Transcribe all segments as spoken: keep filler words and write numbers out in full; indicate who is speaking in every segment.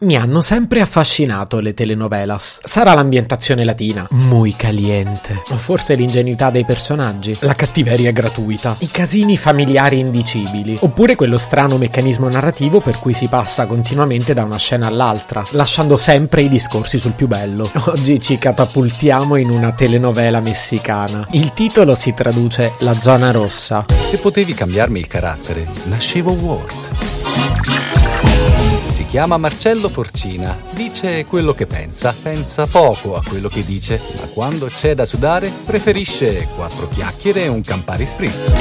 Speaker 1: Mi hanno sempre affascinato le telenovelas. Sarà l'ambientazione latina, muy caliente, o forse l'ingenuità dei personaggi, la cattiveria gratuita, i casini familiari indicibili, oppure quello strano meccanismo narrativo per cui si passa continuamente da una scena all'altra, lasciando sempre i discorsi sul più bello. Oggi ci catapultiamo in una telenovela messicana. Il titolo si traduce La zona rossa.
Speaker 2: Se potevi cambiarmi il carattere, nascevo Ward. Si chiama Marcello Forcina, dice quello che pensa, pensa poco a quello che dice, ma quando c'è da sudare preferisce quattro chiacchiere e un Campari Spritz.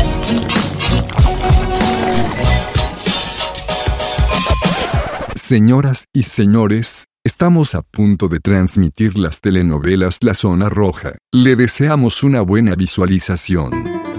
Speaker 3: Señoras y señores, estamos a punto de transmitir las telenovelas La Zona Roja. Le deseamos una buena visualización.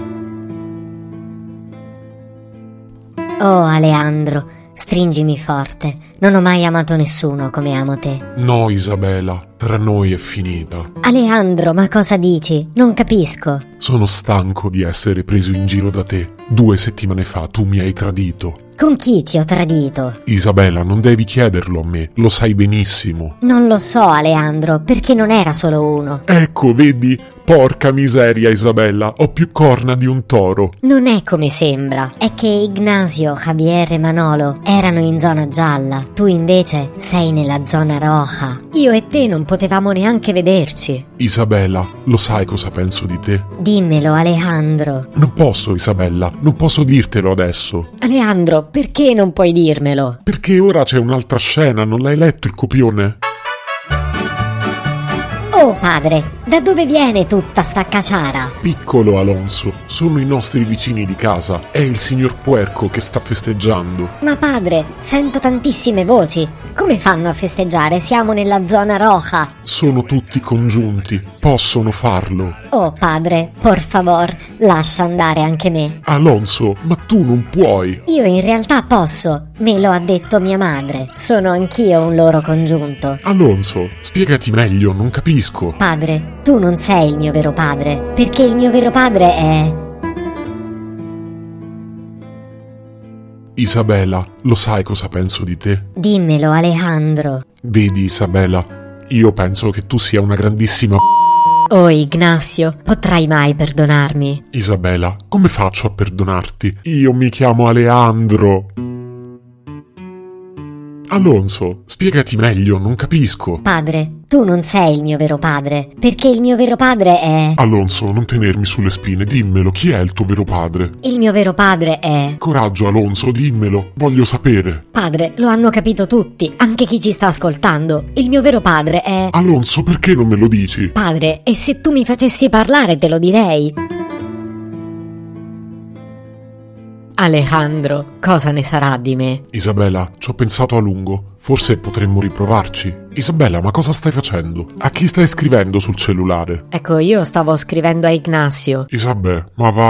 Speaker 4: Oh, Aleandro, stringimi forte. Non ho mai amato nessuno come amo te.
Speaker 5: No, Isabela, tra noi è finita.
Speaker 4: Aleandro, ma cosa dici? Non capisco.
Speaker 5: Sono stanco di essere preso in giro da te. Due settimane fa tu mi hai tradito.
Speaker 4: Con chi ti ho tradito?
Speaker 5: Isabela, non devi chiederlo a me, lo sai benissimo.
Speaker 4: Non lo so, Aleandro, perché non era solo uno.
Speaker 5: Ecco, vedi? Porca miseria, Isabella, ho più corna di un toro.
Speaker 4: Non è come sembra. È che Ignacio, Javier e Manolo erano in zona gialla. Tu invece sei nella zona roja. Io e te non potevamo neanche vederci.
Speaker 5: Isabella, lo sai cosa penso di te?
Speaker 4: Dimmelo, Alejandro.
Speaker 5: Non posso, Isabella, non posso dirtelo adesso.
Speaker 4: Alejandro, perché non puoi dirmelo?
Speaker 5: Perché ora c'è un'altra scena, non l'hai letto il copione?
Speaker 4: Oh padre, da dove viene tutta sta caciara?
Speaker 5: Piccolo Alonso, sono i nostri vicini di casa, è il signor Puerco che sta festeggiando.
Speaker 4: Ma padre, sento tantissime voci. Come fanno a festeggiare? Siamo nella zona roja.
Speaker 5: Sono tutti congiunti, possono farlo.
Speaker 4: Oh padre, por favor, lascia andare anche me.
Speaker 5: Alonso, ma tu non puoi.
Speaker 4: Io in realtà posso, me lo ha detto mia madre. Sono anch'io un loro congiunto.
Speaker 5: Alonso, spiegati meglio, non capisco.
Speaker 4: Padre, tu non sei il mio vero padre, perché il mio vero padre è...
Speaker 5: Isabella, lo sai cosa penso di te?
Speaker 4: Dimmelo, Alejandro.
Speaker 5: Vedi, Isabella, io penso che tu sia una grandissima...
Speaker 4: Oh, Ignacio, potrai mai perdonarmi?
Speaker 5: Isabella, come faccio a perdonarti? Io mi chiamo Aleandro. Alonso, spiegati meglio, non capisco.
Speaker 4: Padre, tu non sei il mio vero padre, perché il mio vero padre è...
Speaker 5: Alonso, non tenermi sulle spine, dimmelo, chi è il tuo vero padre?
Speaker 4: Il mio vero padre è...
Speaker 5: Coraggio, Alonso, dimmelo, voglio sapere.
Speaker 4: Padre, lo hanno capito tutti, anche chi ci sta ascoltando. Il mio vero padre è...
Speaker 5: Alonso, perché non me lo dici?
Speaker 4: Padre, e se tu mi facessi parlare te lo direi. Alejandro, cosa ne sarà di me?
Speaker 5: Isabella, ci ho pensato a lungo. Forse potremmo riprovarci. Isabella, ma cosa stai facendo? A chi stai scrivendo sul cellulare?
Speaker 4: Ecco, io stavo scrivendo a Ignacio.
Speaker 5: Isabella, ma va...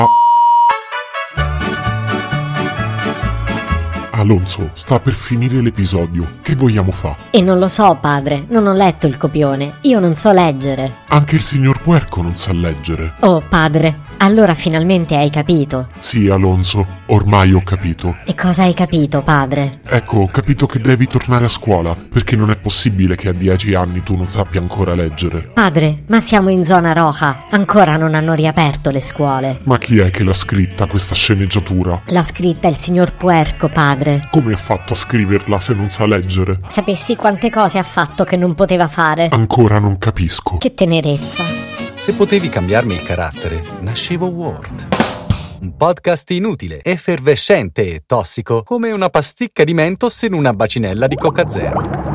Speaker 5: Alonso, sta per finire l'episodio. Che vogliamo fare?
Speaker 4: E non lo so, padre. Non ho letto il copione. Io non so leggere.
Speaker 5: Anche il signor Puerco non sa leggere.
Speaker 4: Oh, padre, allora finalmente hai capito.
Speaker 5: Sì, Alonso, ormai ho capito.
Speaker 4: E cosa hai capito, padre?
Speaker 5: Ecco, ho capito che devi tornare a scuola, perché non è possibile che a dieci anni tu non sappia ancora leggere.
Speaker 4: Padre, ma siamo in zona roja. Ancora non hanno riaperto le scuole.
Speaker 5: Ma chi è che l'ha scritta questa sceneggiatura?
Speaker 4: L'ha scritta il signor Puerco, padre.
Speaker 5: Come ha fatto a scriverla se non sa leggere?
Speaker 4: Sapessi quante cose ha fatto che non poteva fare.
Speaker 5: Ancora non capisco.
Speaker 4: Che tenerezza.
Speaker 2: Se potevi cambiarmi il carattere, nascevo Ward. Un podcast inutile, effervescente e tossico, come una pasticca di Mentos in una bacinella di Coca Zero.